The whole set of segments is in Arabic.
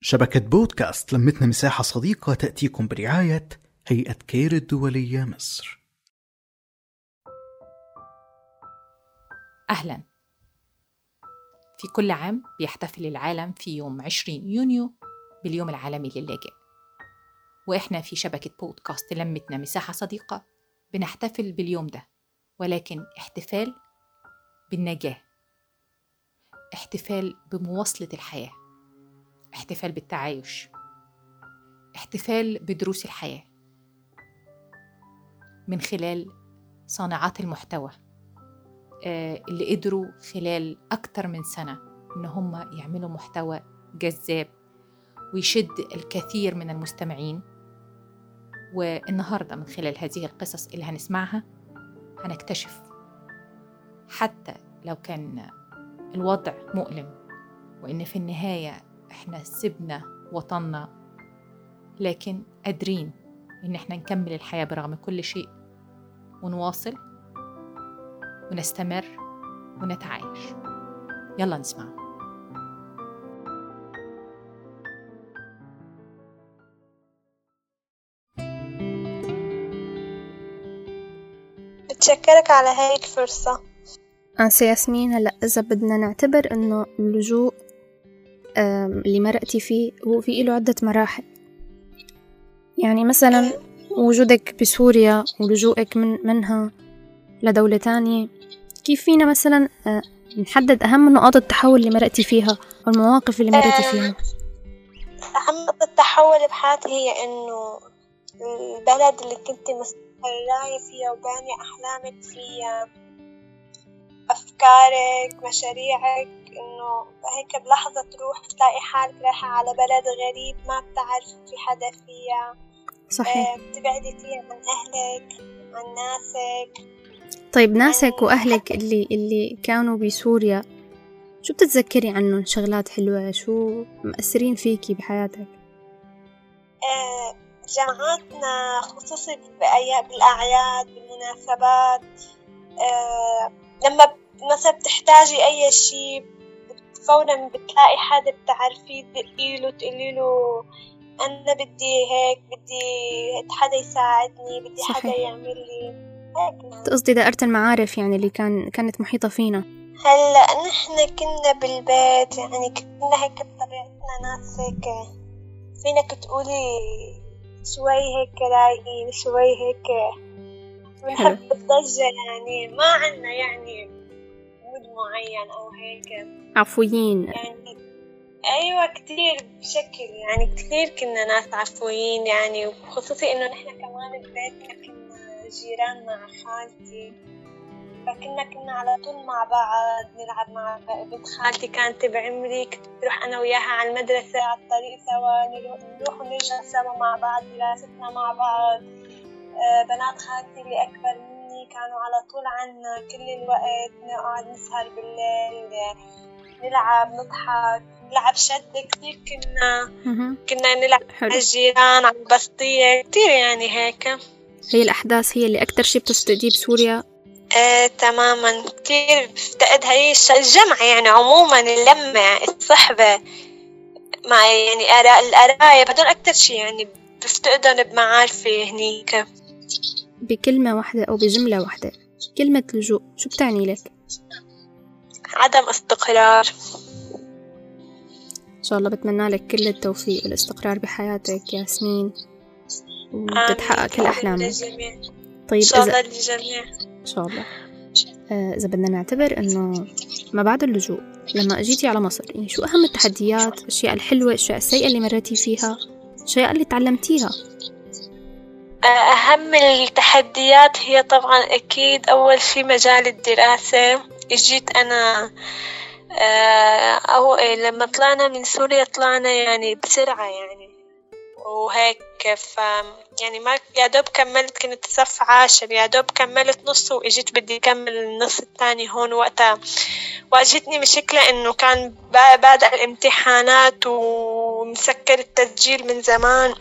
شبكة بودكاست لمتنا مساحة صديقة تأتيكم برعاية هيئة كير الدولية مصر. أهلا. في كل عام بيحتفل العالم في يوم 20 يونيو باليوم العالمي للاجئ، وإحنا في شبكة بودكاست لمتنا مساحة صديقة بنحتفل باليوم ده، ولكن احتفال بالنجاة، احتفال بمواصلة الحياة، احتفال بالتعايش، احتفال بدروس الحياة من خلال صانعات المحتوى اللي قدروا خلال أكتر من سنة إن هم يعملوا محتوى جذاب ويشد الكثير من المستمعين. والنهاردة من خلال هذه القصص اللي هنسمعها هنكتشف حتى لو كان الوضع مؤلم وإن في النهاية إحنا سبنا وطننا، لكن قادرين إن إحنا نكمل الحياة برغم كل شيء ونواصل ونستمر ونتعايش. يلا نسمع. بتشكرك على هاي الفرصة. أنسة ياسمين، هلأ إذا بدنا نعتبر إنه اللجوء اللي مرقتي فيه هو في له عدة مراحل، يعني مثلا وجودك بسوريا ولجوءك منها لدولة تانية، كيف فينا مثلا نحدد أهم نقاط التحول اللي مرقتي فيها والمواقف اللي مرقتي فيها؟ أهم نقطة التحول بحياتي هي إنه البلد اللي كنت مستقرة فيها وبانية أحلامك فيها، أفكارك، مشاريعك، إنه هيك بلحظة تروح تلاقي حالك رايحة على بلد غريب ما بتعرف في حدا فيها. صحيح. بتبعدي فيها عن أهلك، عن ناسك. طيب ناسك وأهلك اللي كانوا بسوريا، شو بتتذكري عنهم شغلات حلوة؟ شو مأثرين فيكي بحياتك؟ جماعاتنا خصوصي بالأعياد بالمناسبات، لما مثلا بتحتاجي أي شيء فورا بتلاقي حدا بتعرفيه تدقيله تقوليله أنا بدي هيك، بدي حدا يساعدني، بدي صحيح. حدا يعمل لي هيك. تقصدي دائرة المعارف يعني اللي كانت محيطة فينا. هلا نحن كنا بالبيت، يعني كنا هيك بطبيعتنا ناس هيك فينك تقولي شوي هيك رايقين، شوي هيك بنحب الضجة، يعني ما عنا يعني مود معين أو هيك، عفويين يعني. أيوة كتير بشكل، يعني كتير كنا ناس عفويين يعني، وخصوصي إنه نحن كمان البيت كنا جيران مع خالتي، فكنا على طول مع بعض نلعب مع بنت خالتي كانت بعمري، كنت نروح أنا وياها على المدرسة على الطريق سوا، نروح ونرجع سوا مع بعض، دراستنا مع بعض. بنات خالتي اللي أكبر مني كانوا على طول عنا كل الوقت، نقعد نسهر بالليل، نلعب نضحك نلعب شدة كتير، كنا نلعب على الجيران على البسطية كتير، يعني هيك. هي الأحداث هي اللي أكتر شي بتفتقديه بسوريا؟ تماما، كتير بفتقدها هي الجمع، يعني عموما اللمة الصحبة مع يعني القرايب، هدول أكتر شي يعني بفتقدهم بمعارفي هنيك. بكلمة واحدة أو بجملة واحدة، كلمة لجوء شو بتعني لك؟ عدم استقرار. إن شاء الله بتمنى لك كل التوفيق والإستقرار بحياتك ياسمين، وتتحقق كل أحلامك. طيب إن شاء الله للجميع إن شاء الله. إذا بدنا نعتبر إنه ما بعد اللجوء لما أجيتي على مصر، يعني شو أهم التحديات، الأشياء الحلوة، الأشياء السيئة اللي مريتي فيها، الأشياء اللي تعلمتيها؟ أهم التحديات هي طبعا أكيد أول شيء مجال الدراسة. جيت أنا أو لما طلعنا من سوريا طلعنا يعني بسرعة يعني وهيك، يعني ما يا دوب كملت، كنت صف 10 يا دوب كملت نص وإجيت بدي أكمل النص الثاني هون. وقتها واجهتني مشكلة إنه كان بدأ الامتحانات ومسكر التسجيل من زمان،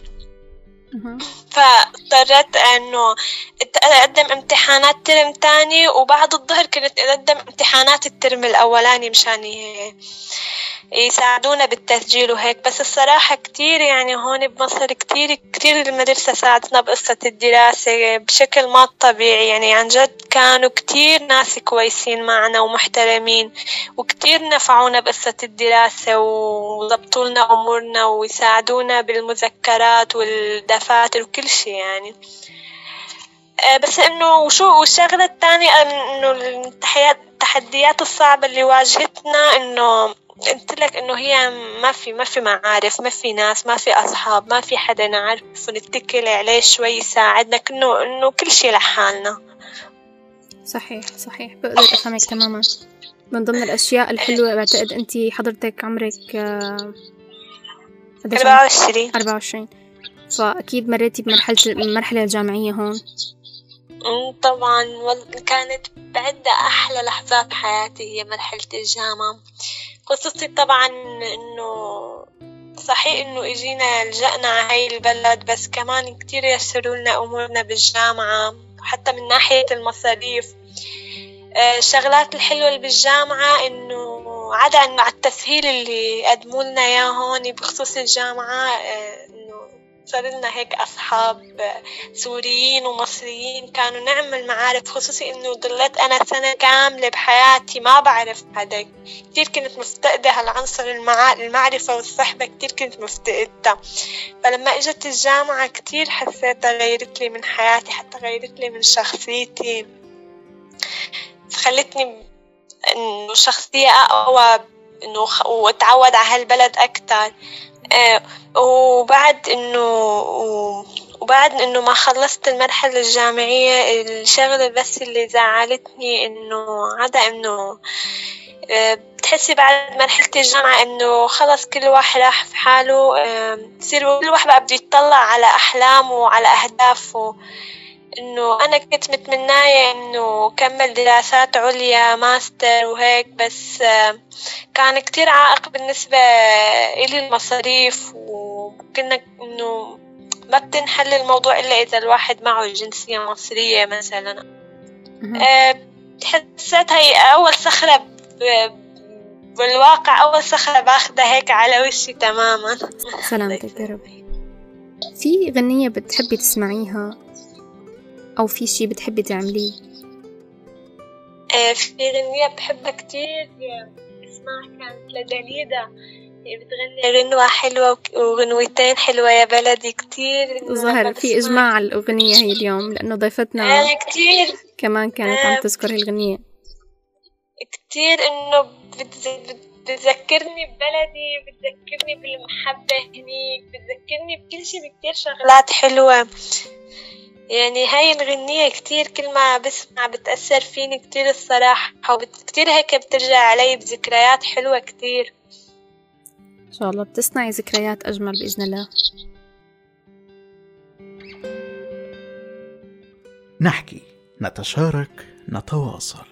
فاضطريت إنه أقدم امتحانات ترم تاني، وبعد الظهر كنت أقدم امتحانات الترم الأولاني مشان يساعدونا بالتسجيل وهيك. بس الصراحة كتير يعني هون بمصر كتير المدرسة ساعدتنا بقصة الدراسة بشكل ما طبيعي. يعني عن جد كانوا كتير ناس كويسين معنا ومحترمين، وكتير نفعونا بقصة الدراسة وضبطوا لنا أمورنا ويساعدونا بالمذكرات والدفاتر وكل شيء يعني. بس إنه والشغلة الثانية إنه التحديات الصعبة اللي واجهتنا، إنه قلت لك إنه هي ما في معارف، ما في ناس، ما في أصحاب، ما في حدا نعرف ونتكل عليه شوي يساعدنا، إنه كل شيء لحالنا. صحيح بقدر أفهمك تماما. من ضمن الأشياء الحلوة بعتقد أنتي حضرتك عمرك 24، فأكيد مريتي المرحلة الجامعية هون. طبعا كانت بعدة أحلى لحظات بحياتي هي مرحلة الجامعة، خصوصي طبعا إنه صحيح إنه إجينا لجأنا على هاي البلد، بس كمان كتير يسروا لنا أمورنا بالجامعة حتى من ناحية المصاريف. الشغلات الحلوة اللي بالجامعة إنه عدا إنه على التسهيل اللي قدموا لنا إياه هون بخصوص الجامعة، صار لنا هيك أصحاب سوريين ومصريين كانوا نعمل معارف، خصوصي إنه ضليت أنا سنة كاملة بحياتي ما بعرف حدا. كتير كنت مفتقدة هالعنصر المعرفة والصحبة، كتير كنت مفتقدتها. فلما إجت الجامعة كتير حسيتها غيرت لي من حياتي، حتى غيرت لي من شخصيتي، خلتني إنه شخصية أقوى، إنه وأتعود على هالبلد أكتر. وبعد إنه ما خلصت المرحلة الجامعية، الشغلة بس اللي زعلتني إنه عدا إنه بتحسي بعد مرحلة الجامعة إنه خلص كل واحد راح في حاله، يصير كل واحد بقى بده يتطلع على أحلامه وعلى أهدافه. إنه أنا كنت متمناية إنه كمل دراسات عليا ماستر وهيك، بس كان كتير عائق بالنسبة إلي المصاريف، وكنا إنه ما بتنحل الموضوع إلا إذا الواحد معه جنسية مصرية مثلا. حسيت هي أول صخرة بالواقع، أول صخرة باخدها هيك على وشي تماما. سلامتك يا رب. في غنية بتحبي تسمعيها أو في شي بتحبي تعمليه؟ في غنية بحبها كتير اسمها كانت لدليدا، بتغني غنوة حلوة وغنوتين حلوة يا بلدي كتير. ظهر في إجماع على الأغنية هي اليوم لأنه ضيفتنا كتير كمان كانت عم تذكر الغنية كتير، إنه بتذكرني ببلدي، بتذكرني بالمحبة هنيك، بتذكرني بكل شيء، بكتير شغلات حلوة. يعني هاي الغنية كتير كل ما بسمع بتأثر فيني كتير الصراحة، وكتير هيك بترجع علي بذكريات حلوة كتير. إن شاء الله بتصنعي ذكريات أجمل بإذن الله. نحكي، نتشارك، نتواصل.